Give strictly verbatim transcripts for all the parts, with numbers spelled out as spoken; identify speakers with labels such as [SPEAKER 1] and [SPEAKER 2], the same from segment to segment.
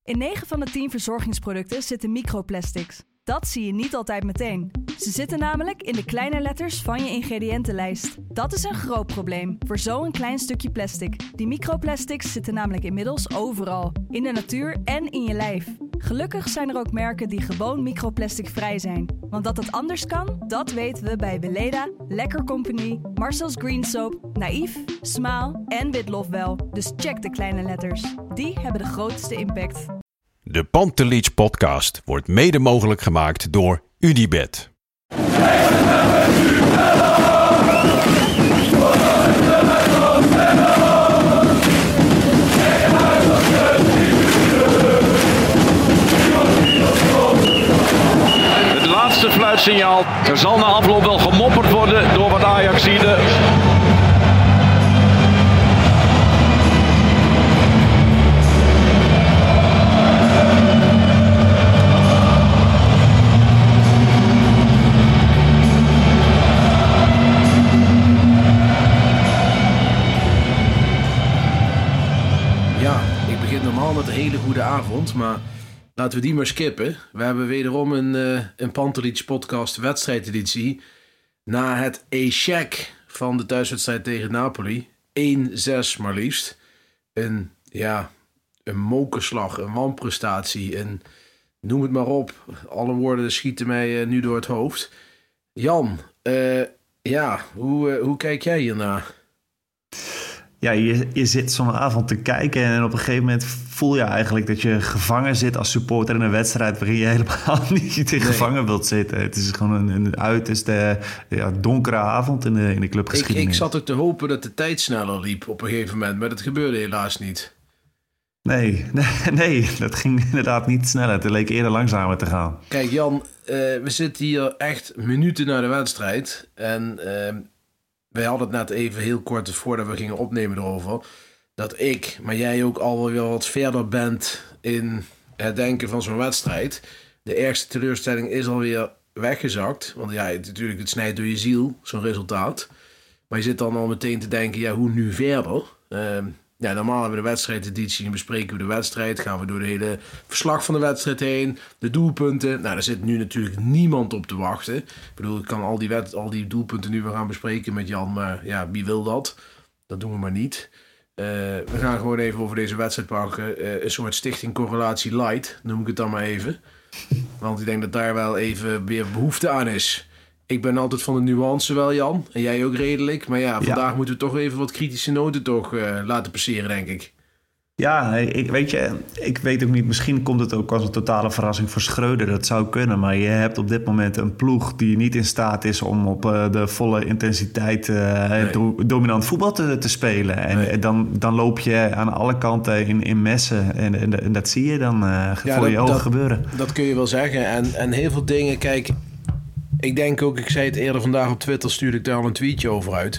[SPEAKER 1] In negen van de tien verzorgingsproducten zitten microplastics. Dat zie je niet altijd meteen. Ze zitten namelijk in de kleine letters van je ingrediëntenlijst. Dat is een groot probleem voor zo'n klein stukje plastic. Die microplastics zitten namelijk inmiddels overal. In de natuur en in je lijf. Gelukkig zijn er ook merken die gewoon microplasticvrij zijn. Want dat het anders kan, dat weten we bij Weleda, Lekker Company, Marcel's Green Soap, Naïef, Smaal en Witlof wel. Dus check de kleine letters. Die hebben de grootste impact.
[SPEAKER 2] De Pantelich podcast wordt mede mogelijk gemaakt door Unibet.
[SPEAKER 3] Het laatste fluitsignaal. Er zal na afloop wel gemopperd worden door wat Ajaxiden.
[SPEAKER 4] Met een hele goede avond, maar laten we die maar skippen. We hebben wederom een, uh, een Pantelich podcast wedstrijdeditie. Na het échec van de thuiswedstrijd tegen Napoli. één zes maar liefst. Een, ja, een mokerslag, een wanprestatie. Een, noem het maar op. Alle woorden schieten mij uh, nu door het hoofd. Jan, uh, ja, hoe, uh, hoe kijk jij hiernaar?
[SPEAKER 5] Ja, je, je zit zo'n avond te kijken en op een gegeven moment voel je eigenlijk dat je gevangen zit als supporter in een wedstrijd waarin je helemaal niet in nee. gevangen wilt zitten. Het is gewoon een, een uiterste ja, donkere avond in de, in de clubgeschiedenis.
[SPEAKER 4] Ik, ik zat ook te hopen dat de tijd sneller liep op een gegeven moment, maar dat gebeurde helaas niet.
[SPEAKER 5] Nee, nee, nee dat ging inderdaad niet sneller. Het leek eerder langzamer te gaan.
[SPEAKER 4] Kijk Jan, uh, we zitten hier echt minuten na de wedstrijd en... Uh, Wij hadden het net even heel kort voordat we gingen opnemen erover. Dat ik, maar jij ook alweer wat verder bent in het denken van zo'n wedstrijd. De ergste teleurstelling is alweer weggezakt. Want ja, het, natuurlijk, het snijdt door je ziel, zo'n resultaat. Maar je zit dan al meteen te denken, ja, hoe nu verder? Uh, ja, normaal hebben we de wedstrijdeditie en bespreken we de wedstrijd. Gaan we door de hele verslag van de wedstrijd heen. De doelpunten. Nou, daar zit nu natuurlijk niemand op te wachten. Ik bedoel, ik kan al die, wet, al die doelpunten nu weer gaan bespreken met Jan. Maar ja, wie wil dat? Dat doen we maar niet. Uh, we gaan gewoon even over deze wedstrijd pakken. Uh, een soort stichting correlatie light, noem ik het dan maar even. Want ik denk dat daar wel even weer behoefte aan is. Ik ben altijd van de nuance wel, Jan. En jij ook redelijk. Maar ja, vandaag ja. moeten we toch even wat kritische noten toch uh, laten passeren, denk ik.
[SPEAKER 5] Ja, ik weet je, ik weet ook niet. Misschien komt het ook als een totale verrassing voor Schreuder. Dat zou kunnen. Maar je hebt op dit moment een ploeg die niet in staat is om op uh, de volle intensiteit uh, nee. do- dominant voetbal te, te spelen. En nee. dan, dan loop je aan alle kanten in, in messen. En, en, en dat zie je dan uh, ja, voor dat, je ogen
[SPEAKER 4] dat,
[SPEAKER 5] gebeuren.
[SPEAKER 4] Dat kun je wel zeggen. En, en heel veel dingen, kijk... Ik denk ook, ik zei het eerder vandaag op Twitter, stuurde ik daar al een tweetje over uit.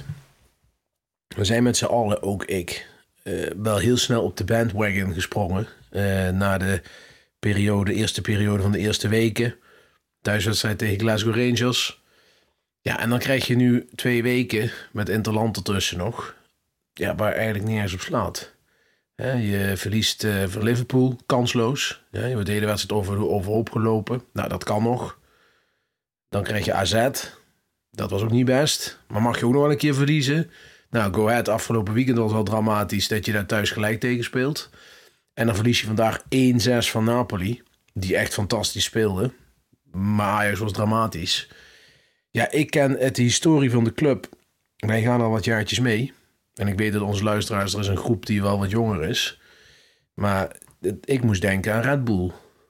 [SPEAKER 4] We zijn met z'n allen, ook ik, uh, wel heel snel op de bandwagon gesprongen. Uh, na de periode, eerste periode van de eerste weken. Thuiswedstrijd tegen Glasgow Rangers. Ja, en dan krijg je nu twee weken met interland ertussen nog. Ja, waar eigenlijk niet eens op slaat. He, je verliest uh, van Liverpool, kansloos. Ja, je wordt de hele wedstrijd over, overhoop gelopen. Nou, dat kan nog. Dan krijg je A Z. Dat was ook niet best. Maar mag je ook nog wel een keer verliezen. Nou, Go Ahead afgelopen weekend was wel dramatisch dat je daar thuis gelijk tegen speelt. En dan verlies je vandaag één zes van Napoli. Die echt fantastisch speelde. Maar Ajax was dramatisch. Ja, ik ken het de historie van de club. Wij gaan al wat jaartjes mee. En ik weet dat onze luisteraars, er is een groep die wel wat jonger is. Maar ik moest denken aan Red Bull.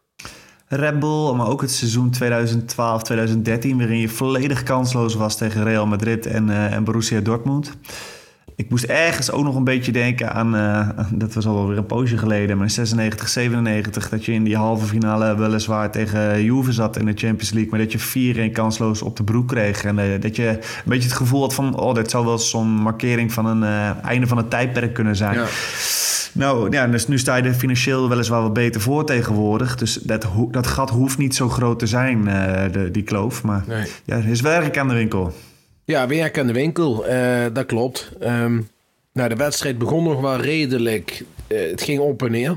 [SPEAKER 5] Red Bull, maar ook het seizoen tweeduizend twaalf tweeduizend dertien... waarin je volledig kansloos was tegen Real Madrid en, uh, en Borussia Dortmund. Ik moest ergens ook nog een beetje denken aan... Uh, dat was alweer een poosje geleden, maar zesennegentig, zevenennegentig... dat je in die halve finale weliswaar tegen Juve zat in de Champions League... maar dat je vier een kansloos op de broek kreeg. En uh, dat je een beetje het gevoel had van... oh, dit zou wel zo'n markering van een uh, einde van het tijdperk kunnen zijn... Ja. Nou, ja, dus nu sta je er financieel weliswaar wat beter voor tegenwoordig. Dus dat, ho- dat gat hoeft niet zo groot te zijn, uh, de, die kloof. Maar nee. Ja, er is werk aan de winkel.
[SPEAKER 4] Ja, werk aan de winkel, uh, dat klopt. Um, nou, de wedstrijd begon nog wel redelijk. Uh, het ging op en neer.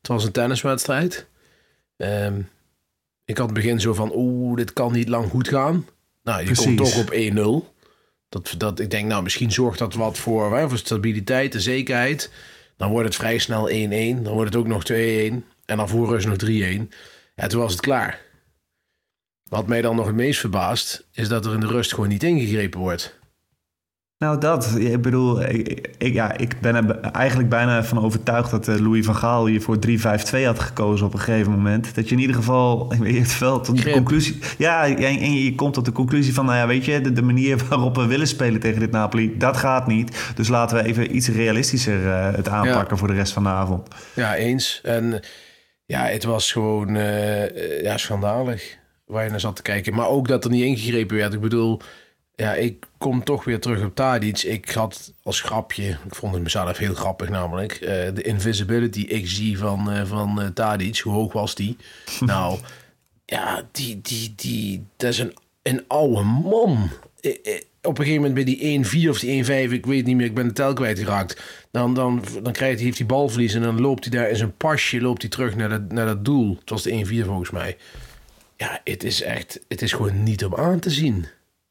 [SPEAKER 4] Het was een tenniswedstrijd. Um, ik had het begin zo van, oeh, dit kan niet lang goed gaan. Nou, je
[SPEAKER 5] Precies.
[SPEAKER 4] komt toch op één nul. Dat, dat, ik denk, nou, misschien zorgt dat wat voor, hè, voor stabiliteit en zekerheid. Dan wordt het vrij snel één-één. Dan wordt het ook nog twee-één. En dan voor rust nog drie-één. Ja, toen was het klaar. Wat mij dan nog het meest verbaast, is dat er in de rust gewoon niet ingegrepen wordt.
[SPEAKER 5] Nou, dat. Ik bedoel, ik, ik, ja, ik ben er eigenlijk bijna van overtuigd dat uh, Louis van Gaal hier voor drie vijf twee had gekozen op een gegeven moment. Dat je in ieder geval, je hebt wel tot de
[SPEAKER 4] Grip.
[SPEAKER 5] conclusie. Ja, en, en je komt tot de conclusie van, nou ja, weet je, de, de manier waarop we willen spelen tegen dit Napoli, dat gaat niet. Dus laten we even iets realistischer uh, het aanpakken ja. voor de rest van de avond.
[SPEAKER 4] Ja, eens. En ja, het was gewoon uh, ja, schandalig waar je naar zat te kijken. Maar ook dat er niet ingegrepen werd. Ik bedoel, ja, ik kom toch weer terug op Tadic. Ik had als grapje, ik vond het mezelf heel grappig namelijk, uh, de invisibility X G van, uh, van uh, Tadic. Hoe hoog was die? Nou, ja, die, die, die, dat is een, een oude man. I, I, op een gegeven moment bij die één vier of die één vijf, ik weet niet meer, ik ben de tel kwijtgeraakt. Dan, dan, dan krijgt hij, heeft hij balverlies en dan loopt hij daar in zijn pasje, loopt hij terug naar dat, naar dat doel. Het was de één vier volgens mij. Ja, het is echt, het is gewoon niet om aan te zien.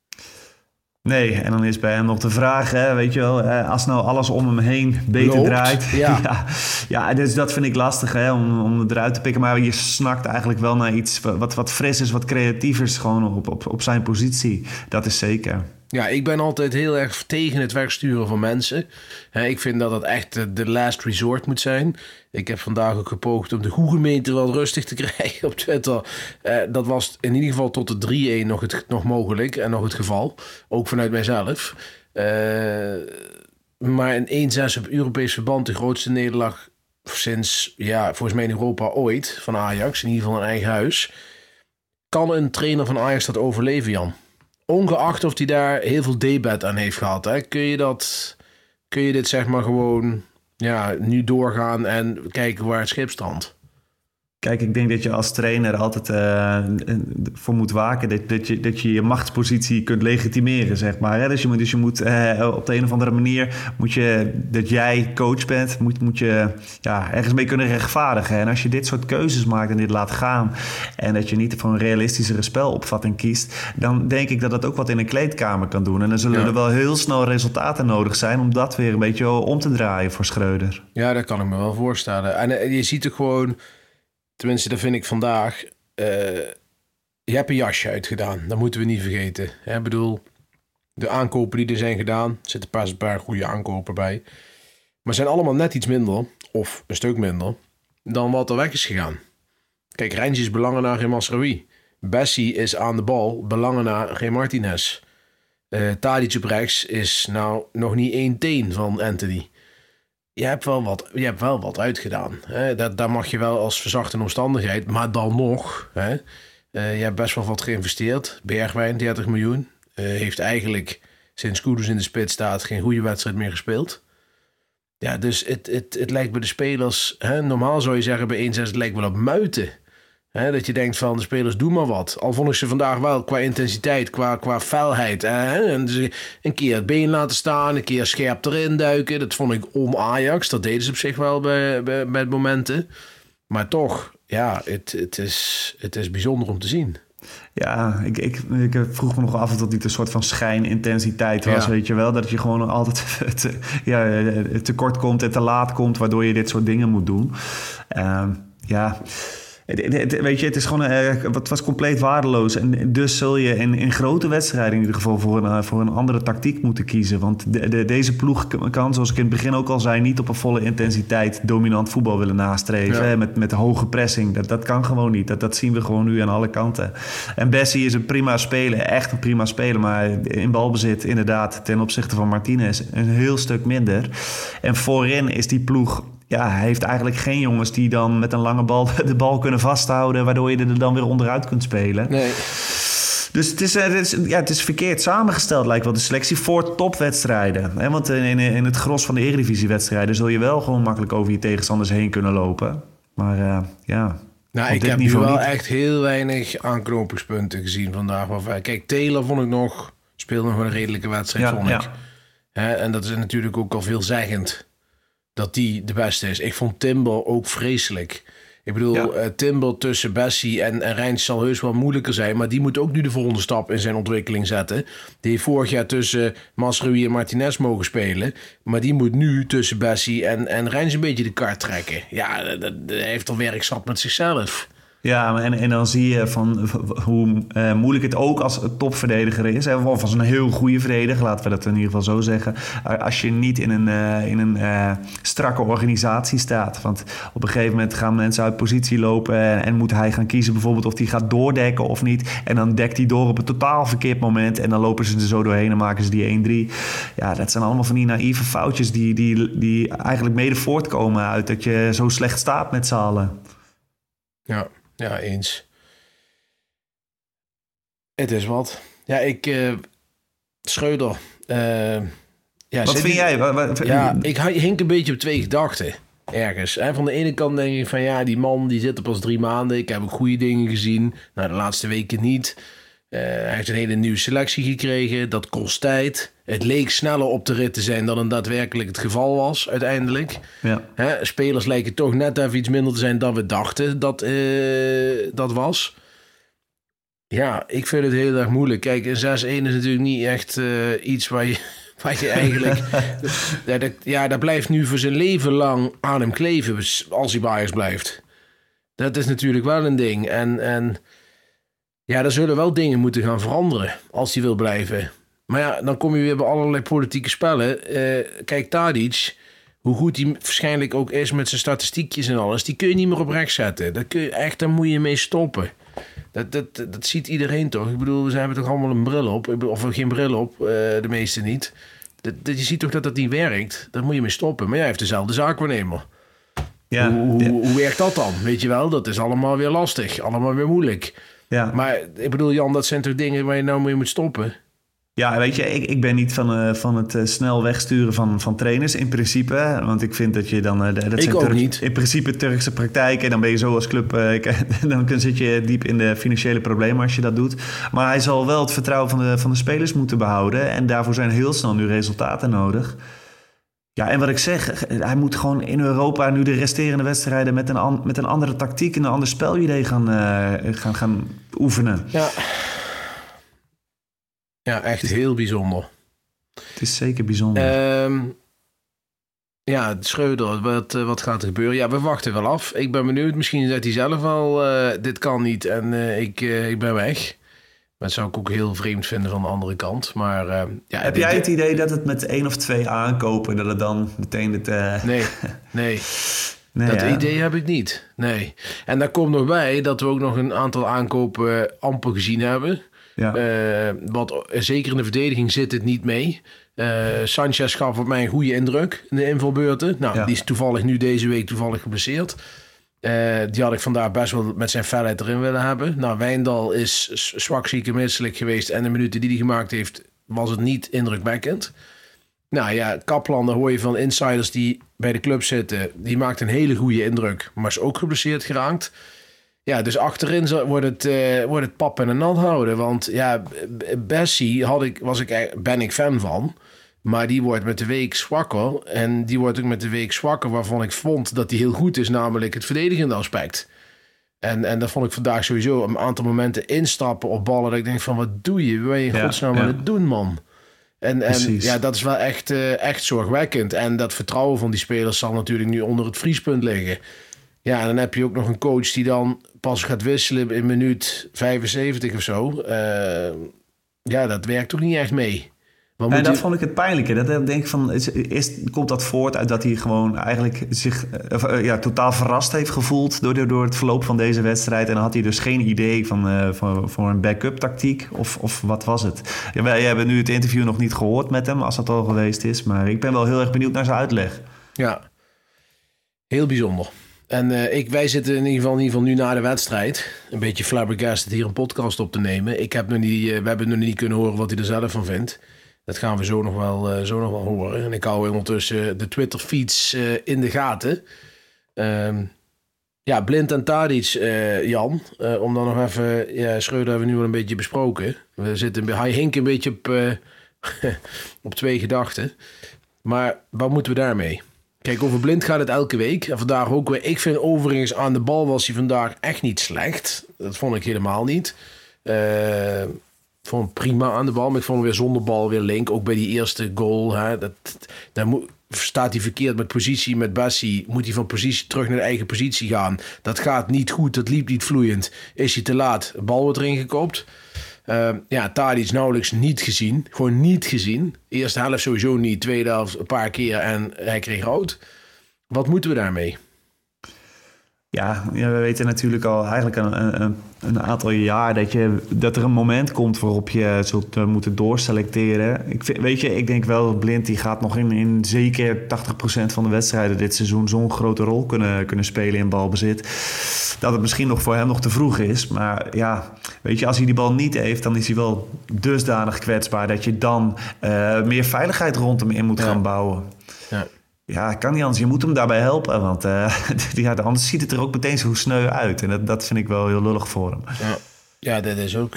[SPEAKER 5] Nee, en dan is bij hem nog de vraag, hè, weet je wel, als nou alles om hem heen beter Loopt, draait.
[SPEAKER 4] Ja,
[SPEAKER 5] ja, ja dus dat vind ik lastig hè, om, om het eruit te pikken. Maar je snakt eigenlijk wel naar iets wat, wat fris is, wat creatievers gewoon op, op, op zijn positie. Dat is zeker.
[SPEAKER 4] Ja, ik ben altijd heel erg tegen het wegsturen van mensen. He, ik vind dat het echt de last resort moet zijn. Ik heb vandaag ook gepoogd om de goede gemeente wel rustig te krijgen op Twitter. Uh, dat was in ieder geval tot de drie-één nog, het, nog mogelijk en nog het geval. Ook vanuit mijzelf. Uh, maar in één zes op Europees verband de grootste nederlaag sinds, ja, volgens mij in Europa ooit van Ajax. In ieder geval een eigen huis. Kan een trainer van Ajax dat overleven, Jan? Ongeacht of hij daar heel veel debet aan heeft gehad. Hè? Kun je dat, kun je dit zeg maar gewoon ja, nu doorgaan en kijken waar het schip strandt?
[SPEAKER 5] Kijk, ik denk dat je als trainer altijd uh, voor moet waken dat, dat, je, dat je je machtspositie kunt legitimeren, zeg maar. Hè? Dus je moet, dus je moet uh, op de een of andere manier, moet je, dat jij coach bent, moet, moet je ja, ergens mee kunnen rechtvaardigen. En als je dit soort keuzes maakt en dit laat gaan en dat je niet voor een realistischere spelopvatting kiest, dan denk ik dat dat ook wat in een kleedkamer kan doen. En dan zullen ja. er wel heel snel resultaten nodig zijn om dat weer een beetje om te draaien voor Schreuder.
[SPEAKER 4] Ja, dat kan ik me wel voorstellen. En uh, je ziet er gewoon... Tenminste, dat vind ik vandaag. Uh, je hebt een jasje uitgedaan. Dat moeten we niet vergeten. Ik bedoel, de aankopen die er zijn gedaan. Er zitten pas een paar goede aankopen bij. Maar zijn allemaal net iets minder. Of een stuk minder. Dan wat er weg is gegaan. Kijk, Rens is belangen naar geen Masraoui. Bessie is aan de bal. Belangen naar geen Martinez. Uh, Tadic op rechts is nou nog niet één teen van Anthony. Je hebt wel wat, je hebt wel wat uitgedaan. Hè? Dat, daar mag je wel als verzachtende omstandigheid. Maar dan nog. Hè? Uh, je hebt best wel wat geïnvesteerd. Bergwijn, dertig miljoen. Uh, heeft eigenlijk sinds Kudus in de spits staat geen goede wedstrijd meer gespeeld. Ja, dus het, het, het lijkt bij de spelers... Hè? Normaal zou je zeggen bij één zes, het lijkt wel op muiten. Hè? Dat je denkt van de spelers, doe maar wat. Al vond ik ze vandaag wel qua intensiteit, qua, qua felheid. Hè? En dus een keer het been laten staan, een keer scherp erin duiken. Dat vond ik om-Ajax. Dat deden ze op zich wel bij, bij, bij momenten. Maar toch, ja, het, het, is, het is bijzonder om te zien.
[SPEAKER 5] Ja, ik, ik, ik vroeg me nog af of dat niet een soort van schijnintensiteit was, ja. Weet je wel. Dat je gewoon altijd te, ja, te kort komt en te laat komt, waardoor je dit soort dingen moet doen. Uh, ja... Weet je, het is gewoon, uh, het was compleet waardeloos. En dus zul je in, in grote wedstrijden in ieder geval voor een, uh, voor een andere tactiek moeten kiezen. Want de, de, deze ploeg kan, zoals ik in het begin ook al zei, niet op een volle intensiteit dominant voetbal willen nastreven. Ja. Hè, met, met hoge pressing. Dat, dat kan gewoon niet. Dat, dat zien we gewoon nu aan alle kanten. En Bessie is een prima speler, echt een prima speler. Maar in balbezit inderdaad ten opzichte van Martinez een heel stuk minder. En voorin is die ploeg... Ja, hij heeft eigenlijk geen jongens die dan met een lange bal de bal kunnen vasthouden, waardoor je er dan weer onderuit kunt spelen.
[SPEAKER 4] Nee.
[SPEAKER 5] Dus het is, het, is, ja, het is verkeerd samengesteld, lijkt wel de selectie voor topwedstrijden. Hè? Want in, in het gros van de Eredivisiewedstrijden zul je wel gewoon makkelijk over je tegenstanders heen kunnen lopen. Maar uh, ja...
[SPEAKER 4] Nou, ik heb nu wel niet. echt heel weinig aanknopingspunten gezien vandaag. Kijk, Taylor vond ik nog, speelde nog een redelijke wedstrijd, ja, vond ja. ik. Hè? En dat is natuurlijk ook al veelzeggend. dat die de beste is. Ik vond Timber ook vreselijk. Ik bedoel, ja. uh, Timber tussen Bessie en, en Reins zal heus wel moeilijker zijn. Maar die moet ook nu de volgende stap in zijn ontwikkeling zetten. Die heeft vorig jaar tussen Masraoui en Martinez mogen spelen. Maar die moet nu tussen Bessie en, en Reins een beetje de kaart trekken. Ja, dat, dat, dat heeft al werk zat met zichzelf.
[SPEAKER 5] Ja, en, en dan zie je van hoe uh, moeilijk het ook als topverdediger is. Hè, of als een heel goede verdediger, laten we dat in ieder geval zo zeggen. Als je niet in een, uh, in een uh, strakke organisatie staat. Want op een gegeven moment gaan mensen uit positie lopen. En, en moet hij gaan kiezen bijvoorbeeld of hij gaat doordekken of niet. En dan dekt hij door op een totaal verkeerd moment. En dan lopen ze er zo doorheen en maken ze die één drie. Ja, dat zijn allemaal van die naïeve foutjes die, die, die eigenlijk mede voortkomen uit dat je zo slecht staat met z'n allen.
[SPEAKER 4] Ja. Ja, eens. Het is wat. Ja, ik... Uh, Schreuder. Uh, ja,
[SPEAKER 5] wat vind jij? Wat, wat,
[SPEAKER 4] ja, ik hink een beetje op twee gedachten. Ergens. Hè? Van de ene kant denk ik van... Ja, die man die zit er pas drie maanden. Ik heb ook goede dingen gezien. Nou, de laatste weken niet. Uh, hij heeft een hele nieuwe selectie gekregen. Dat kost tijd. Het leek sneller op de rit te zijn dan het daadwerkelijk het geval was, uiteindelijk. Ja. Hè, spelers lijken toch net even iets minder te zijn dan we dachten dat uh, dat was. Ja, ik vind het heel erg moeilijk. Kijk, een zes-een is natuurlijk niet echt uh, iets waar je, waar je eigenlijk... ja, dat, ja, dat blijft nu voor zijn leven lang aan hem kleven als hij bij Ajax blijft. Dat is natuurlijk wel een ding. En, en ja, er zullen wel dingen moeten gaan veranderen als hij wil blijven. Maar ja, dan kom je weer bij allerlei politieke spellen. Uh, kijk, Tadic, hoe goed hij waarschijnlijk ook is met zijn statistiekjes en alles, die kun je niet meer op rechts zetten. Dat kun je echt, daar moet je mee stoppen. Dat, dat, dat ziet iedereen toch? Ik bedoel, we hebben toch allemaal een bril op? Of geen bril op, uh, de meeste niet. Dat, dat, je ziet toch dat dat niet werkt? Daar moet je mee stoppen. Maar jij heeft dezelfde zaakwaarnemer. Ja, hoe, hoe, ja. hoe werkt dat dan? Weet je wel, dat is allemaal weer lastig. Allemaal weer moeilijk. Ja. Maar ik bedoel, Jan, dat zijn toch dingen waar je nou mee moet stoppen?
[SPEAKER 5] Ja, weet je, ik, ik ben niet van, uh, van het uh, snel wegsturen van, van trainers in principe. Want ik vind dat je dan... Uh, dat
[SPEAKER 4] ik
[SPEAKER 5] zijn
[SPEAKER 4] ook
[SPEAKER 5] Turk,
[SPEAKER 4] niet.
[SPEAKER 5] In principe Turkse praktijk. En dan ben je zo als club... Uh, dan zit je diep in de financiële problemen als je dat doet. Maar hij zal wel het vertrouwen van de, van de spelers moeten behouden. En daarvoor zijn heel snel nu resultaten nodig. Ja, en wat ik zeg, hij moet gewoon in Europa nu de resterende wedstrijden met een, an, met een andere tactiek en een ander spelidee gaan, uh, gaan, gaan oefenen.
[SPEAKER 4] Ja. Ja, echt heel bijzonder.
[SPEAKER 5] Het is zeker bijzonder.
[SPEAKER 4] Um, ja, Schreuder, wat, wat gaat er gebeuren? Ja, we wachten wel af. Ik ben benieuwd. Misschien zegt hij zelf al, uh, dit kan niet en uh, ik, uh, ik ben weg. Maar dat zou ik ook heel vreemd vinden van de andere kant. Maar, uh, ja,
[SPEAKER 5] heb jij het idee dat het met één of twee aankopen, dat het dan meteen het... Uh...
[SPEAKER 4] Nee, nee. Nee, dat
[SPEAKER 5] ja.
[SPEAKER 4] idee heb ik niet. Nee. En daar komt nog bij dat we ook nog een aantal aankopen amper gezien hebben. Ja. Uh, wat, zeker in de verdediging zit het niet mee. Uh, Sanchez gaf op mij een goede indruk in de invalbeurten. Nou, ja. Die is toevallig nu deze week toevallig geblesseerd. Uh, die had ik vandaag best wel met zijn felheid erin willen hebben. Nou, Wijndal is zwak, ziek en misselijk geweest. En de minuten die hij gemaakt heeft, was het niet indrukwekkend. Nou ja, Kaplan, daar hoor je van insiders die bij de club zitten. Die maakt een hele goede indruk, maar is ook geblesseerd geraakt. Ja, dus achterin wordt het, uh, wordt het pap en een nat houden. Want ja, Bessie had ik, was ik, ben ik fan van. Maar die wordt met de week zwakker. En die wordt ook met de week zwakker waarvan ik vond dat die heel goed is. Namelijk het verdedigende aspect. En, en dat vond ik vandaag sowieso een aantal momenten instappen op ballen. Dat ik denk van, wat doe je? Wat ben je in godsnaam aan het doen, man? En, en ja, dat is wel echt, uh, echt zorgwekkend. En dat vertrouwen van die spelers zal natuurlijk nu onder het vriespunt liggen. Ja, en dan heb je ook nog een coach die dan pas gaat wisselen in minuut vijfenzeventig of zo. Uh, ja, dat werkt toch niet echt mee.
[SPEAKER 5] En dat je... vond ik het pijnlijke. Dat denk ik van, eerst komt dat voort uit dat hij gewoon eigenlijk zich uh, ja, totaal verrast heeft gevoeld door, door het verloop van deze wedstrijd. En dan had hij dus geen idee van, uh, voor, voor een backup tactiek of, of wat was het. Ja, wij hebben nu het interview nog niet gehoord met hem, als dat al geweest is. Maar ik ben wel heel erg benieuwd naar zijn uitleg.
[SPEAKER 4] Ja, heel bijzonder. En uh, ik, wij zitten in ieder, geval, in ieder geval nu na de wedstrijd een beetje flabbergasted hier een podcast op te nemen. Ik heb nog niet, uh, we hebben nog niet kunnen horen wat hij er zelf van vindt. Dat gaan we zo nog wel, uh, zo nog wel horen. En ik hou ondertussen de Twitter-feeds uh, in de gaten. Uh, ja, Blind en Tadic, uh, Jan. Uh, om dan nog even... Ja, Schreuder hebben we nu wel een beetje besproken. We zitten, hij hinkt een beetje op, uh, op twee gedachten. Maar wat moeten we daarmee? Kijk, over Blind gaat het elke week. En vandaag ook weer. Ik vind overigens aan de bal was hij vandaag echt niet slecht. Dat vond ik helemaal niet. Uh, ik vond hem prima aan de bal. Maar ik vond hem weer zonder bal weer link. Ook bij die eerste goal. Hè, dat, daar moet, staat hij verkeerd met positie met Bessie. Moet hij van positie terug naar de eigen positie gaan. Dat gaat niet goed. Dat liep niet vloeiend. Is hij te laat. De bal wordt erin gekopt. Uh, ja, Tadic nauwelijks niet gezien. Gewoon niet gezien. Eerste helft sowieso niet. Tweede helft een paar keer en hij kreeg rood. Wat moeten we daarmee?
[SPEAKER 5] Ja, ja, we weten natuurlijk al eigenlijk een, een, een aantal jaar dat, je, dat er een moment komt waarop je zult uh, moeten doorselecteren. Ik vind, weet je, ik denk wel dat Blind die gaat nog in, in zeker tachtig procent van de wedstrijden dit seizoen zo'n grote rol kunnen, kunnen spelen in balbezit. Dat het misschien nog voor hem nog te vroeg is. Maar ja, weet je, als hij die bal niet heeft, dan is hij wel dusdanig kwetsbaar dat je dan uh, meer veiligheid rond hem in moet ja. gaan bouwen. Ja. Ja, kan niet anders. Je moet hem daarbij helpen. Want uh, ja, anders ziet het er ook meteen zo sneu uit. En dat, dat vind ik wel heel lullig voor hem.
[SPEAKER 4] Ja, ja dat is ook.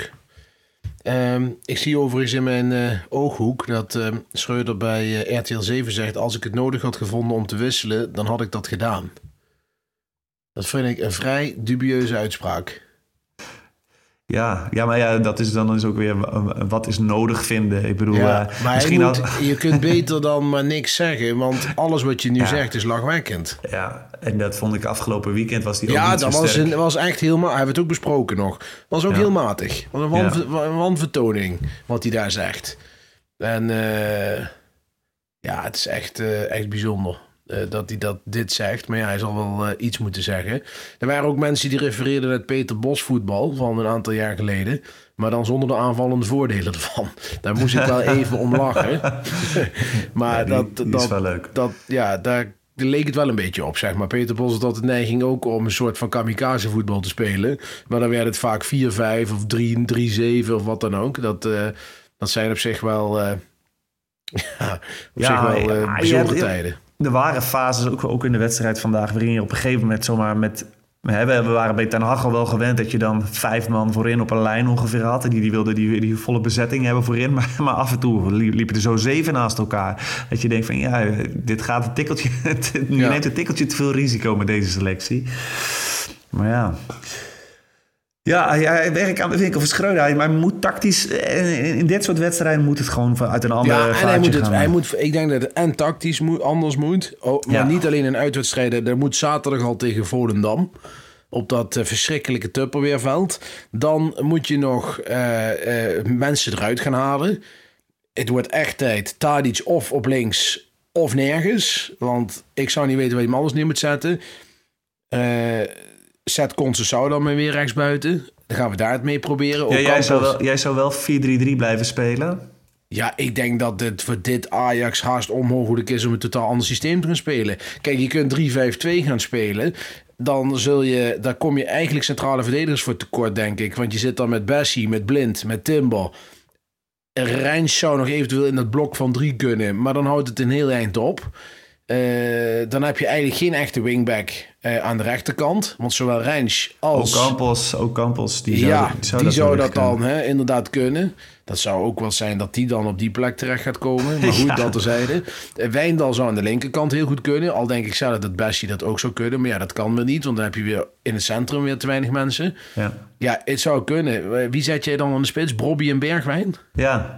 [SPEAKER 4] Um, ik zie overigens in mijn uh, ooghoek dat uh, Schreuder bij uh, R T L zeven zegt... als ik het nodig had gevonden om te wisselen, dan had ik dat gedaan. Dat vind ik een vrij dubieuze uitspraak.
[SPEAKER 5] Ja, ja, maar ja, dat is dan dus ook weer wat is nodig vinden. Ik bedoel,
[SPEAKER 4] ja,
[SPEAKER 5] uh,
[SPEAKER 4] maar
[SPEAKER 5] misschien
[SPEAKER 4] moet,
[SPEAKER 5] had...
[SPEAKER 4] je kunt beter dan maar niks zeggen, want alles wat je nu ja. zegt is lachwekkend.
[SPEAKER 5] Ja, en dat vond ik afgelopen weekend was die ook
[SPEAKER 4] ja,
[SPEAKER 5] niet zo
[SPEAKER 4] dat was,
[SPEAKER 5] sterk.
[SPEAKER 4] een, was echt heel matig. Hebben we het ook besproken nog. Was ook ja. heel matig. Was een, wan, ja. een wanvertoning wat hij daar zegt. En uh, ja, het is echt, uh, echt bijzonder. Uh, dat hij dat dit zegt. Maar ja, hij zal wel uh, iets moeten zeggen. Er waren ook mensen die refereerden naar het Peter Bos voetbal van een aantal jaar geleden. Maar dan zonder de aanvallende voordelen ervan. Daar moest ik wel even om lachen. maar ja, die, dat,
[SPEAKER 5] die
[SPEAKER 4] dat,
[SPEAKER 5] is wel leuk.
[SPEAKER 4] Dat, ja, daar leek het wel een beetje op, zeg maar. Peter Bos had de neiging ook om een soort van kamikaze voetbal te spelen. Maar dan werd het vaak vier vijf of drie zeven of wat dan ook. Dat, uh, dat zijn op zich wel, uh, ja, op ja, zich wel uh, ja, bijzondere ja, tijden.
[SPEAKER 5] Er waren fases, ook, ook in de wedstrijd vandaag, waarin je op een gegeven moment zomaar met... Hè, we waren bij Ten Hag al wel gewend dat je dan vijf man voorin op een lijn ongeveer had. En die, die wilden die, die volle bezetting hebben voorin. Maar, maar af en toe liepen er zo zeven naast elkaar. Dat je denkt van ja, dit gaat een tikkeltje... Je ja. neemt een tikkeltje te veel risico met deze selectie. Maar ja... Ja, hij werkt aan de winkel van Schreuder. Maar hij moet tactisch... In dit soort wedstrijden moet het gewoon uit een andere
[SPEAKER 4] ja, en hij moet het,
[SPEAKER 5] gaan.
[SPEAKER 4] Hij moet, ik denk dat het en tactisch moet, anders moet. Oh, maar ja. niet alleen in uitwedstrijden. Er moet zaterdag al tegen Volendam. Op dat uh, verschrikkelijke Tupperweerveld. Dan moet je nog uh, uh, mensen eruit gaan halen. Het wordt echt tijd. Tadic of op links of nergens. Want ik zou niet weten waar je hem anders neer moet zetten. Eh... Uh, Zet Conceição dan maar weer rechtsbuiten. Dan gaan we daar het mee proberen.
[SPEAKER 5] Ja, jij, zou wel, jij zou wel vier drie drie blijven spelen?
[SPEAKER 4] Ja, ik denk dat het voor dit Ajax haast onmogelijk is om een totaal ander systeem te gaan spelen. Kijk, je kunt drie vijf twee gaan spelen. Dan zul je, daar kom je eigenlijk centrale verdedigers voor tekort, denk ik. Want je zit dan met Bessie, met Blind, met Timber. Reins zou nog eventueel in dat blok van drie kunnen. Maar dan houdt het een heel eind op. Uh, dan heb je eigenlijk geen echte wingback uh, aan de rechterkant. Want zowel Reins als...
[SPEAKER 5] Ocampos, Ocampos die zou,
[SPEAKER 4] ja,
[SPEAKER 5] die zou
[SPEAKER 4] die
[SPEAKER 5] dat,
[SPEAKER 4] zou dat dan hè, inderdaad kunnen. Dat zou ook wel zijn dat die dan op die plek terecht gaat komen. Maar goed, ja. dat terzijde. Uh, Wijndal zou aan de linkerkant heel goed kunnen. Al denk ik zelf dat Bessie dat ook zou kunnen. Maar ja, dat kan weer niet. Want dan heb je weer in het centrum weer te weinig mensen. Ja, ja het zou kunnen. Wie zet jij dan aan de spits? Brobby en Bergwijn?
[SPEAKER 5] Ja.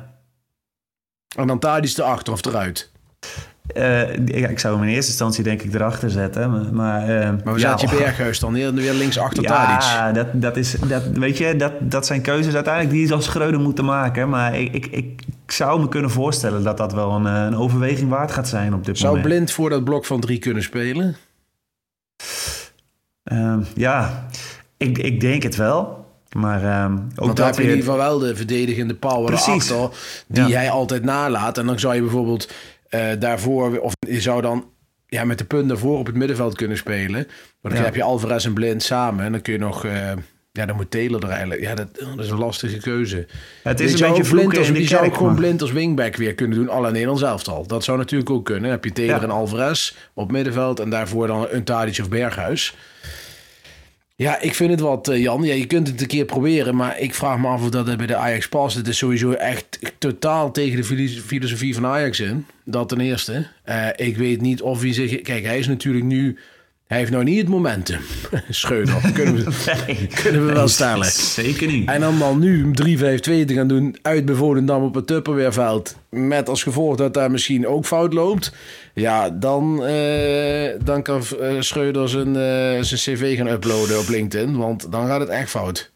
[SPEAKER 4] En dan Tadic erachter of eruit?
[SPEAKER 5] Uh, ja, ik zou hem in eerste instantie denk ik erachter zetten. Maar, maar, uh,
[SPEAKER 4] maar we
[SPEAKER 5] ja,
[SPEAKER 4] zet je Berghuis dan weer, weer links achter
[SPEAKER 5] ja,
[SPEAKER 4] Tadic?
[SPEAKER 5] Ja, dat, dat is, dat, weet je, dat, dat zijn keuzes uiteindelijk die je als Schreuder moeten maken. Maar ik, ik, ik, ik zou me kunnen voorstellen dat dat wel een, een overweging waard gaat zijn op dit
[SPEAKER 4] zou
[SPEAKER 5] moment.
[SPEAKER 4] Zou Blind voor dat blok van drie kunnen spelen?
[SPEAKER 5] Uh, ja, ik, ik denk het wel. Maar um, ook
[SPEAKER 4] Want
[SPEAKER 5] dat
[SPEAKER 4] heb je
[SPEAKER 5] weer...
[SPEAKER 4] in ieder geval wel de verdedigende power erachter die ja. hij altijd nalaat. En dan zou je bijvoorbeeld uh, daarvoor, of je zou dan ja, met de punt daarvoor op het middenveld kunnen spelen. Maar dan ja. heb je Alvarez en Blind samen. En dan kun je nog, uh, ja, dan moet Taylor er eigenlijk. Ja, dat, dat is een lastige keuze.
[SPEAKER 5] Het is
[SPEAKER 4] je
[SPEAKER 5] een beetje
[SPEAKER 4] Blind als,
[SPEAKER 5] in de
[SPEAKER 4] Je
[SPEAKER 5] kerk,
[SPEAKER 4] zou ook gewoon
[SPEAKER 5] maar...
[SPEAKER 4] Blind als wingback weer kunnen doen, à la Nederlands elftal. Dat zou natuurlijk ook kunnen. Dan heb je Taylor ja. en Alvarez op middenveld en daarvoor dan een Tadic of Berghuis. Ja, ik vind het wat, uh, Jan. Ja, je kunt het een keer proberen, maar ik vraag me af of dat het bij de Ajax past. Het is sowieso echt totaal tegen de filosofie van Ajax in. Dat ten eerste. Uh, ik weet niet of hij zich... Kijk, hij is natuurlijk nu... Hij heeft nou niet het momentum. Schreuder, kunnen we, nee, kunnen we wel stellen.
[SPEAKER 5] Zeker niet.
[SPEAKER 4] En dan, dan nu drie vijf twee te gaan doen uit bij Volendam op het Tupperwareveld. Met als gevolg dat daar misschien ook fout loopt. Ja, dan, uh, dan kan uh, Schreuder zijn, uh, zijn cv gaan uploaden op LinkedIn. Want dan gaat het echt fout.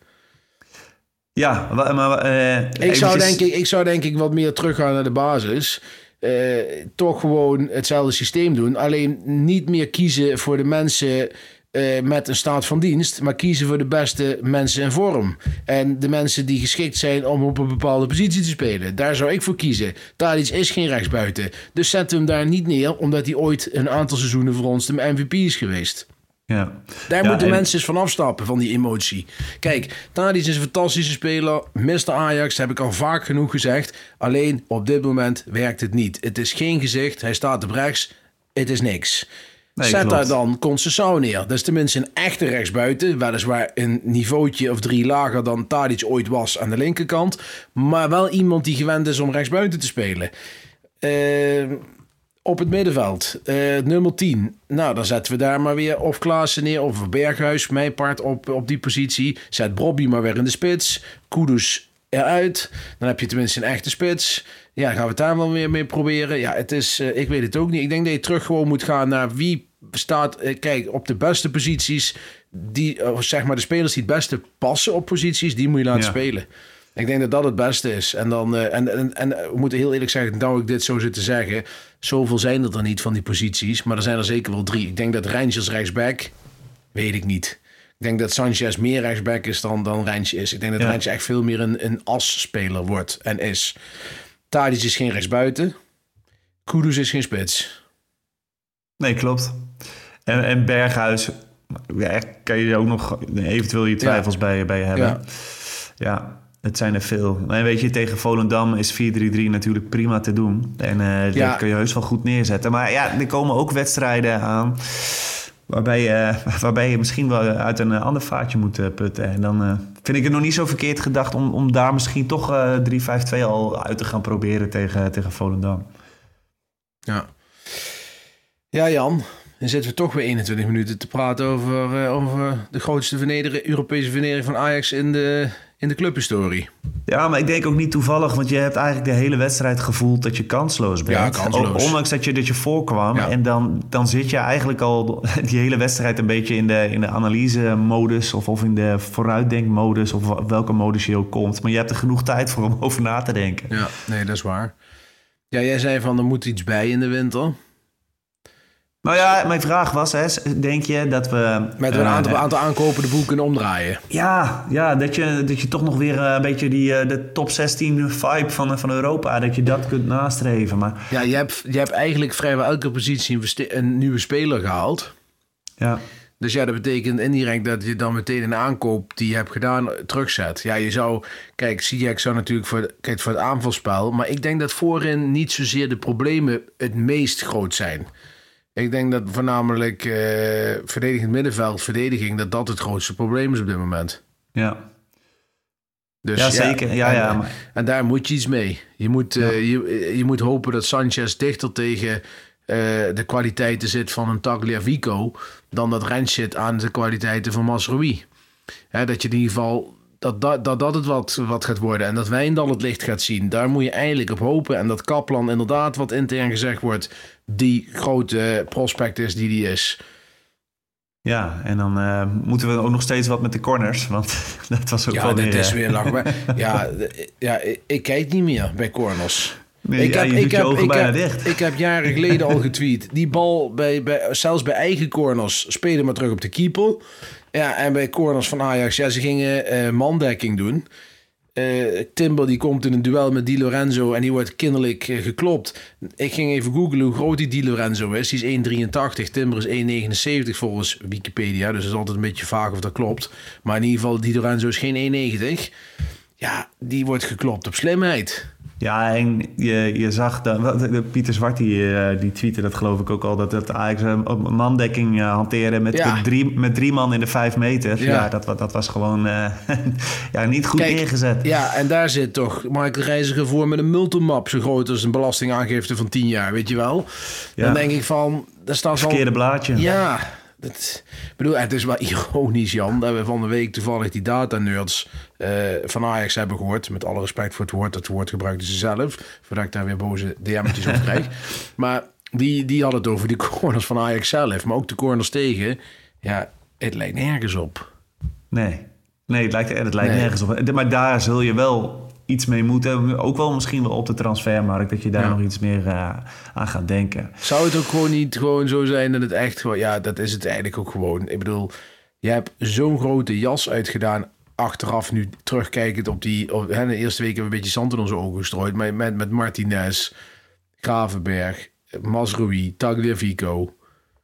[SPEAKER 5] Ja, maar... Uh,
[SPEAKER 4] ik, zou denk ik, ik zou denk ik wat meer teruggaan naar de basis... Uh, toch gewoon hetzelfde systeem doen. Alleen niet meer kiezen voor de mensen uh, met een staat van dienst, maar kiezen voor de beste mensen in vorm. En de mensen die geschikt zijn om op een bepaalde positie te spelen. Daar zou ik voor kiezen. Tadic is geen rechtsbuiten. Dus zetten we hem daar niet neer, omdat hij ooit een aantal seizoenen voor ons de M V P is geweest.
[SPEAKER 5] Ja.
[SPEAKER 4] Daar
[SPEAKER 5] ja,
[SPEAKER 4] moeten
[SPEAKER 5] en...
[SPEAKER 4] mensen eens van afstappen, van die emotie. Kijk, Tadic is een fantastische speler. mister Ajax, heb ik al vaak genoeg gezegd. Alleen op dit moment werkt het niet. Het is geen gezicht, hij staat op rechts. Het is niks. Nee, Zet klopt. Daar dan Conceição neer. Dat is tenminste een echte rechtsbuiten. Weliswaar een niveautje of drie lager dan Tadic ooit was aan de linkerkant. Maar wel iemand die gewend is om rechtsbuiten te spelen. Eh... Uh, Op het middenveld, uh, nummer tien. Nou, dan zetten we daar maar weer of Klaassen neer of Berghuis. Mijn part op, op die positie. Zet Bobby maar weer in de spits. Kudus eruit. Dan heb je tenminste een echte spits. Ja, gaan we het daar wel weer mee proberen. Ja, het is, uh, ik weet het ook niet. Ik denk dat je terug gewoon moet gaan naar wie staat... Uh, kijk, op de beste posities. Die, uh, zeg maar de spelers die het beste passen op posities. Die moet je laten ja. spelen. Ik denk dat dat het beste is. En dan uh, en, en, en we moeten heel eerlijk zeggen, nou ik dit zo zit te zeggen, zoveel zijn er dan niet van die posities, maar er zijn er zeker wel drie. Ik denk dat Reintjes rechtsback, weet ik niet. Ik denk dat Sanchez meer rechtsback is dan, dan Reintje is. Ik denk dat ja. Reintje echt veel meer een, een as-speler wordt en is. Tadic is geen rechtsbuiten. Kudus is geen spits.
[SPEAKER 5] Nee, klopt. En, en Berghuis, ja, kan je ook nog eventueel je twijfels ja. bij, bij je hebben. Ja. ja. Het zijn er veel. En weet je, tegen Volendam is vier drie drie natuurlijk prima te doen. En uh, ja. dat kun je heus wel goed neerzetten. Maar ja, er komen ook wedstrijden aan waarbij je, waarbij je misschien wel uit een ander vaatje moet putten. En dan uh, vind ik het nog niet zo verkeerd gedacht om, om daar misschien toch uh, drie vijf twee al uit te gaan proberen tegen, tegen Volendam.
[SPEAKER 4] Ja. Ja, Jan. Dan zitten we toch weer eenentwintig minuten te praten over, uh, over de grootste vernedering, Europese vernedering van Ajax in de, in de clubhistorie.
[SPEAKER 5] Ja, maar ik denk ook niet toevallig, want je hebt eigenlijk de hele wedstrijd gevoeld dat je kansloos bent.
[SPEAKER 4] Ja, kansloos.
[SPEAKER 5] Ondanks dat je, dat je voorkwam. Ja. En dan, dan zit je eigenlijk al die hele wedstrijd een beetje in de, in de analyse-modus of, of in de vooruitdenkmodus of welke modus je ook komt. Maar je hebt er genoeg tijd voor om over na te denken.
[SPEAKER 4] Ja, nee, dat is waar. Ja, jij zei van er moet iets bij in de winter.
[SPEAKER 5] Nou ja, mijn vraag was, hè, denk je dat we...
[SPEAKER 4] Met een aantal, uh, aantal aankopen de boel kunnen omdraaien.
[SPEAKER 5] Ja, ja dat, je, dat je toch nog weer een beetje die, de top zestien vibe van, van Europa, dat je dat kunt nastreven. Maar...
[SPEAKER 4] Ja, je hebt, je hebt eigenlijk vrijwel elke positie een, een nieuwe speler gehaald.
[SPEAKER 5] Ja.
[SPEAKER 4] Dus ja, dat betekent indirect dat je dan meteen een aankoop die je hebt gedaan terugzet. Ja, je zou... Kijk, Ziyech zou natuurlijk voor, kijk, voor het aanvalspel. Maar ik denk dat voorin niet zozeer de problemen het meest groot zijn. Ik denk dat voornamelijk uh, verdedigend middenveld, verdediging, dat dat het grootste probleem is op dit moment.
[SPEAKER 5] Ja.
[SPEAKER 4] Dus,
[SPEAKER 5] ja, zeker. Ja, ja,
[SPEAKER 4] en,
[SPEAKER 5] ja, maar...
[SPEAKER 4] en daar moet je iets mee. Je moet, uh, ja. je, je moet hopen dat Sanchez dichter tegen uh, de kwaliteiten zit van een Tagliafico dan dat Rens zit aan de kwaliteiten van Mazraoui. Hè, dat je in ieder geval... Dat dat, dat dat het wat, wat gaat worden. En dat Wijndal het licht gaat zien. Daar moet je eigenlijk op hopen. En dat Kaplan inderdaad, wat intern gezegd wordt, die grote prospect is die die is.
[SPEAKER 5] Ja, en dan uh, moeten we ook nog steeds wat met de corners. Want dat was ook
[SPEAKER 4] ja,
[SPEAKER 5] wel
[SPEAKER 4] dit
[SPEAKER 5] weer...
[SPEAKER 4] is weer lachbaar. ja, ja, ik, ik kijk niet meer bij corners.
[SPEAKER 5] Nee,
[SPEAKER 4] ik,
[SPEAKER 5] ja,
[SPEAKER 4] heb,
[SPEAKER 5] je
[SPEAKER 4] ik, heb,
[SPEAKER 5] je
[SPEAKER 4] ik, heb,
[SPEAKER 5] dicht.
[SPEAKER 4] ik heb jaren geleden al getweet. Die bal, bij, bij, zelfs bij eigen corners, spelen maar terug op de keeper. Ja, en bij corners van Ajax, ja, ze gingen uh, mandekking doen. Uh, Timber die komt in een duel met Di Lorenzo en die wordt kinderlijk uh, geklopt. Ik ging even googlen hoe groot die Di Lorenzo is. Die is één komma drieëntachtig, Timber is één komma negenenzeventig volgens Wikipedia. Dus het is altijd een beetje vaag of dat klopt. Maar in ieder geval, Di Lorenzo is geen één komma negentig. Ja, die wordt geklopt op slimheid.
[SPEAKER 5] Ja, en je, je zag, dat, de, Pieter Zwart die, die tweette dat geloof ik ook al, dat het Ajax een mandekking uh, hanteren met,
[SPEAKER 4] ja.
[SPEAKER 5] met, drie, met drie man in de vijf meter. Ja, ja dat, dat was gewoon uh, ja, niet goed Kijk, neergezet.
[SPEAKER 4] Ja, en daar zit toch Michael Reiziger voor met een multimap zo groot als een belastingaangifte van tien jaar, weet je wel. Ja. Dan denk ik van, daar staat al...
[SPEAKER 5] Verkeerde blaadje.
[SPEAKER 4] Ja, dat, bedoel, het is wel ironisch, Jan, dat we van de week toevallig die data-nerds uh, van Ajax hebben gehoord. Met alle respect voor het woord, dat woord gebruikten ze zelf. Voordat ik daar weer boze D M'tjes op krijg. Maar die, die hadden het over die corners van Ajax zelf. Maar ook de corners tegen. Ja, het lijkt nergens op.
[SPEAKER 5] Nee, nee het lijkt, het lijkt nee. nergens op. Maar daar zul je wel iets mee moeten. Ook wel misschien wel op de transfermarkt. Dat je daar ja. nog iets meer uh, aan gaat denken.
[SPEAKER 4] Zou het ook gewoon niet gewoon zo zijn dat het echt gewoon... Ja, dat is het eigenlijk ook gewoon. Ik bedoel, je hebt zo'n grote jas uitgedaan. Achteraf nu terugkijkend op die... Op, hè, de eerste week hebben we een beetje zand in onze ogen gestrooid. Maar met, met Martinez, Gravenberg, Mazraoui, Tagliafico.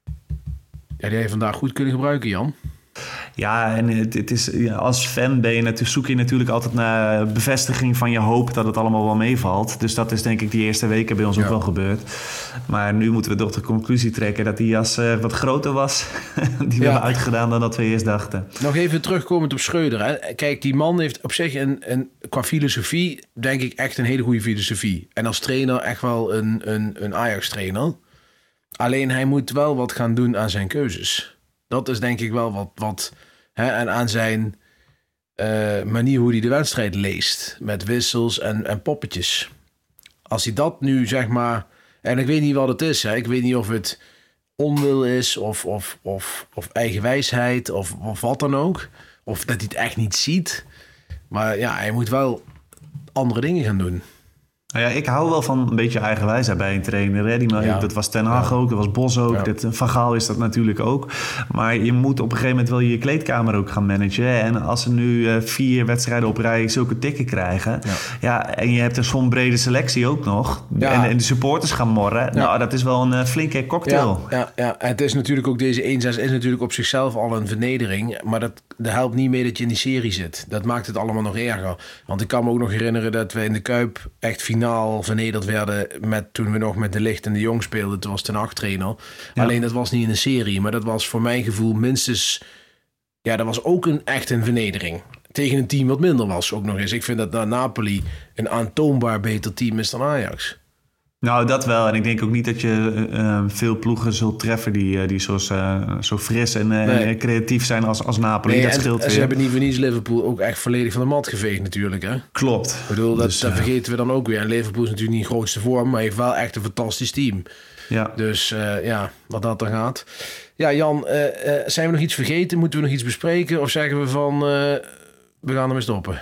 [SPEAKER 4] Ja, die heb je vandaag goed kunnen gebruiken, Jan.
[SPEAKER 5] Ja, en het, het is, ja, als fan ben je natuurlijk, zoek je natuurlijk altijd naar bevestiging van je hoop dat het allemaal wel meevalt. Dus dat is denk ik die eerste weken bij ons ja. ook wel gebeurd. Maar nu moeten we toch de conclusie trekken dat die jas uh, wat groter was die we ja. hebben uitgedaan dan dat we eerst dachten.
[SPEAKER 4] Nog even terugkomend op Schreuder. Hè. Kijk, die man heeft op zich een, een, qua filosofie denk ik echt een hele goede filosofie. En als trainer echt wel een, een, een Ajax-trainer. Alleen hij moet wel wat gaan doen aan zijn keuzes. Dat is denk ik wel wat... wat hè, en aan zijn uh, manier hoe hij de wedstrijd leest. Met wissels en, en poppetjes. Als hij dat nu zeg maar... En ik weet niet wat het is. Hè. Ik weet niet of het onwil is. Of, of, of, of eigenwijsheid. Of, of wat dan ook. Of dat hij het echt niet ziet. Maar ja, hij moet wel andere dingen gaan doen.
[SPEAKER 5] Nou ja, ik hou wel van een beetje eigenwijsheid bij een trainer. Hè? Die, ja. Dat was Ten Hag ja. ook, dat was Bos ook. Ja. Dat, Van Gaal is dat natuurlijk ook. Maar je moet op een gegeven moment wel je kleedkamer ook gaan managen. En als ze nu uh, vier wedstrijden op rij zulke tikken krijgen... Ja. Ja, en je hebt een zo'n brede selectie ook nog... Ja. En, en de supporters gaan morren... Ja. Nou, dat is wel een uh, flinke cocktail.
[SPEAKER 4] Ja, ja, ja. En het is natuurlijk ook... Deze één zes is natuurlijk op zichzelf al een vernedering. Maar dat, dat helpt niet mee dat je in die serie zit. Dat maakt het allemaal nog erger. Want ik kan me ook nog herinneren dat we in de Kuip echt finaal vernederd werden met, toen we nog met De Ligt en De Jong speelden. Toen was Ten Hag trainer. Ja. Alleen dat was niet in een serie, maar dat was voor mijn gevoel minstens... Ja, dat was ook een, echt een vernedering. Tegen een team wat minder was ook nog eens. Ik vind dat na Napoli een aantoonbaar beter team is dan Ajax.
[SPEAKER 5] Nou, dat wel. En ik denk ook niet dat je uh, veel ploegen zult treffen die, uh, die zo, uh, zo fris en uh, nee. creatief zijn als, als Napoli. Nee, dat
[SPEAKER 4] en,
[SPEAKER 5] scheelt
[SPEAKER 4] en ze hebben niet voor niets Liverpool ook echt volledig van de mat geveegd natuurlijk. Hè?
[SPEAKER 5] Klopt.
[SPEAKER 4] Ik bedoel, dat, dus, dat uh, vergeten we dan ook weer. En Liverpool is natuurlijk niet de grootste vorm, maar heeft wel echt een fantastisch team. Ja. Dus uh, ja, wat dat dan gaat. Ja, Jan, uh, uh, zijn we nog iets vergeten? Moeten we nog iets bespreken? Of zeggen we van, uh, we gaan ermee stoppen?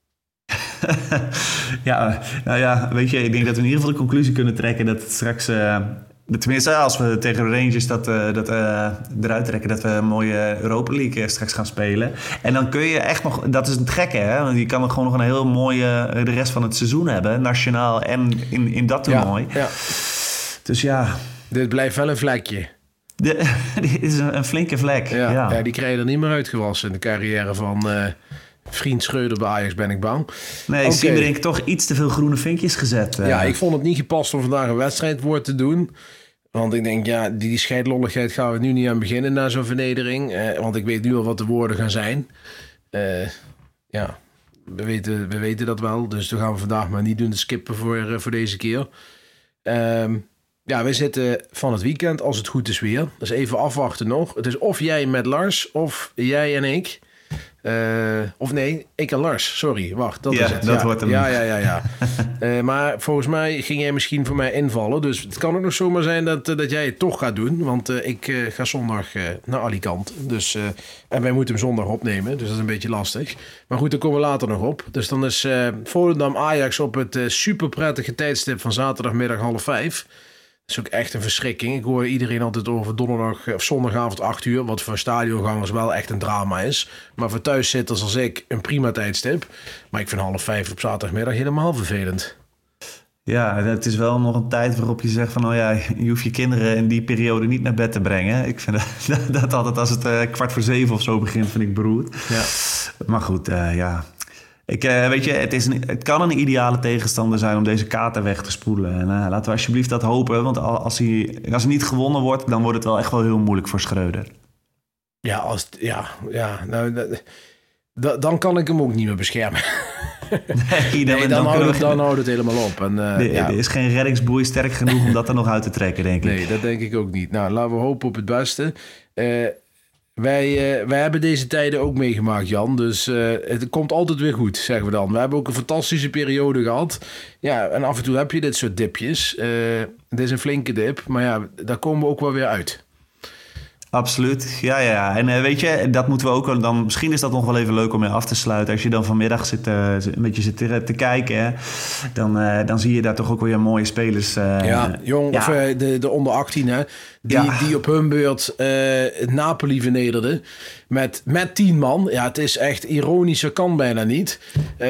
[SPEAKER 5] Ja, nou ja, weet je, ik denk dat we in ieder geval de conclusie kunnen trekken dat het straks, uh, tenminste als we tegen de Rangers dat, uh, dat uh, eruit trekken, dat we een mooie Europa League straks gaan spelen. En dan kun je echt nog, dat is het gekke, hè, want je kan er gewoon nog een heel mooie de rest van het seizoen hebben, nationaal en in, in dat toernooi. Ja, ja. Dus ja.
[SPEAKER 4] Dit blijft wel een vlekje.
[SPEAKER 5] De, dit is een, een flinke vlek.
[SPEAKER 4] Ja,
[SPEAKER 5] ja.
[SPEAKER 4] ja, die krijg je er niet meer uitgewassen in de carrière van... Uh, vriend Schreuder bij Ajax, ben ik bang.
[SPEAKER 5] Nee, okay. Siemerink toch iets te veel groene vinkjes gezet. Uh.
[SPEAKER 4] Ja, ik vond het niet gepast om vandaag een wedstrijdwoord te doen. Want ik denk, ja, die, die scheidlolligheid gaan we nu niet aan beginnen na zo'n vernedering. Uh, want ik weet nu al wat de woorden gaan zijn. Uh, ja, we weten, we weten dat wel. Dus dat gaan we vandaag maar niet doen. Te skippen voor, uh, voor deze keer. Um, ja, we zitten van het weekend, als het goed is weer. Dus even afwachten nog. Het is of jij met Lars, of jij en ik... Uh, of nee, ik en Lars, sorry, wacht, dat
[SPEAKER 5] ja,
[SPEAKER 4] is het.
[SPEAKER 5] Dat
[SPEAKER 4] ja,
[SPEAKER 5] wordt hem.
[SPEAKER 4] Ja, ja, ja, ja. uh, maar volgens mij ging jij misschien voor mij invallen. Dus het kan ook nog zomaar zijn dat, uh, dat jij het toch gaat doen. Want uh, ik uh, ga zondag uh, naar Alicante. Dus, uh, en wij moeten hem zondag opnemen, dus dat is een beetje lastig. Maar goed, daar komen we later nog op. Dus dan is uh, Volendam Ajax op het uh, super prettige tijdstip van zaterdagmiddag half vijf. Dat is ook echt een verschrikking. Ik hoor iedereen altijd over donderdag of zondagavond acht uur. Wat voor stadiongangers wel echt een drama is. Maar voor thuiszitters als ik een prima tijdstip. Maar ik vind half vijf op zaterdagmiddag helemaal vervelend.
[SPEAKER 5] Ja, het is wel nog een tijd waarop je zegt van... oh ja, je hoeft je kinderen in die periode niet naar bed te brengen. Ik vind dat, dat altijd als het uh, kwart voor zeven of zo begint, vind ik beroerd. Ja. Maar goed, uh, ja... Ik, uh, weet je, het, is een, het kan een ideale tegenstander zijn om deze kaarten weg te spoelen. En uh, laten we alsjeblieft dat hopen. Want als hij, als hij niet gewonnen wordt, dan wordt het wel echt wel heel moeilijk voor Schreuder.
[SPEAKER 4] Ja, als, ja, ja nou, dat, dat, dan kan ik hem ook niet meer beschermen.
[SPEAKER 5] Nee, dan,
[SPEAKER 4] nee, dan, dan, houdt het, dan houdt het helemaal op. En, uh,
[SPEAKER 5] de,
[SPEAKER 4] ja.
[SPEAKER 5] Er is geen reddingsboei sterk genoeg om dat er nog uit te trekken, denk ik.
[SPEAKER 4] Nee, dat denk ik ook niet. Nou, laten we hopen op het beste. Uh, Wij, uh, wij hebben deze tijden ook meegemaakt, Jan. Dus uh, het komt altijd weer goed, zeggen we dan. We hebben ook een fantastische periode gehad. Ja, en af en toe heb je dit soort dipjes. Uh, het is een flinke dip, maar ja, daar komen we ook wel weer uit.
[SPEAKER 5] Absoluut, ja, ja. En uh, weet je, dat moeten we ook dan. Misschien is dat nog wel even leuk om mee af te sluiten. Als je dan vanmiddag zit, uh, een beetje zit te, te kijken, hè, dan, uh, dan zie je daar toch ook weer mooie spelers. Uh,
[SPEAKER 4] ja, jong, ja. Of uh, de, de onder achttien, hè, die, ja. die op hun beurt uh, Napoli vernederden met, met tien man. Ja, het is echt ironisch, kan bijna niet. Uh,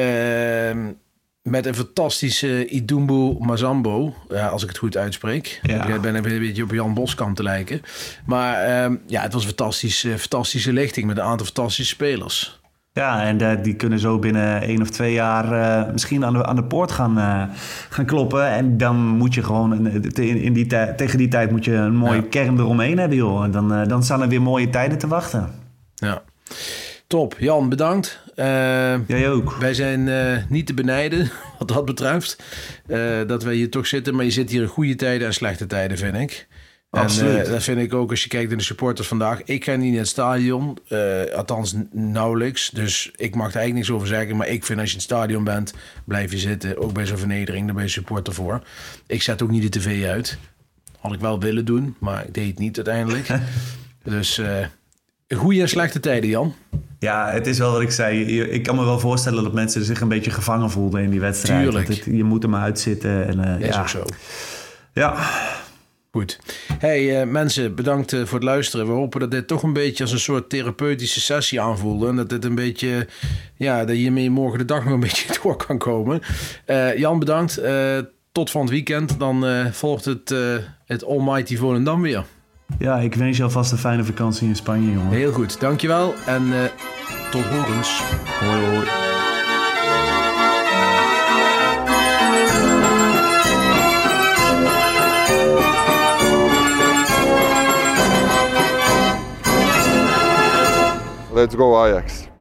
[SPEAKER 4] Met een fantastische Idumbu Mazambo, ja, als ik het goed uitspreek. Ja. Ik ben een beetje op Jan Boskamp te lijken. Maar um, ja, het was een fantastische, fantastische lichting met een aantal fantastische spelers.
[SPEAKER 5] Ja, en uh, die kunnen zo binnen één of twee jaar uh, misschien aan de, aan de poort gaan, uh, gaan kloppen. En dan moet je gewoon, in, in die tij, tegen die tijd moet je een mooie ja. kern eromheen hebben, joh. En dan, uh, dan staan er weer mooie tijden te wachten.
[SPEAKER 4] Ja. Top. Jan, bedankt. Uh,
[SPEAKER 5] Jij ook.
[SPEAKER 4] Wij zijn uh, niet te benijden wat dat betreft. Uh, dat wij hier toch zitten. Maar je zit hier in goede tijden en slechte tijden, vind ik.
[SPEAKER 5] Absoluut.
[SPEAKER 4] En uh, dat vind ik ook als je kijkt naar de supporters vandaag. Ik ga niet in het stadion. Uh, althans nauwelijks. Dus ik mag er eigenlijk niks over zeggen. Maar ik vind als je in het stadion bent, blijf je zitten. Ook bij zo'n vernedering. Daar ben je supporter voor. Ik zet ook niet de tv uit. Had ik wel willen doen. Maar ik deed het niet uiteindelijk. Dus... Uh, goede en slechte tijden, Jan.
[SPEAKER 5] Ja, het is wel wat ik zei. Ik kan me wel voorstellen dat mensen zich een beetje gevangen voelden in die wedstrijd.
[SPEAKER 4] Tuurlijk.
[SPEAKER 5] Het, je moet er maar uitzitten. En, uh,
[SPEAKER 4] is
[SPEAKER 5] ja.
[SPEAKER 4] ook zo.
[SPEAKER 5] Ja.
[SPEAKER 4] Goed. Hey uh, mensen, bedankt uh, voor het luisteren. We hopen dat dit toch een beetje als een soort therapeutische sessie aanvoelde. En dat dit een beetje, ja, dat je hiermee morgen de dag nog een beetje door kan komen. Uh, Jan, bedankt. Uh, tot van het weekend. Dan uh, volgt het, uh, het Almighty Volendam weer.
[SPEAKER 5] Ja, ik wens je alvast een fijne vakantie in Spanje, jongen.
[SPEAKER 4] Heel goed, dankjewel en uh, tot horens.
[SPEAKER 5] Hoi, hoi.
[SPEAKER 6] Let's go Ajax.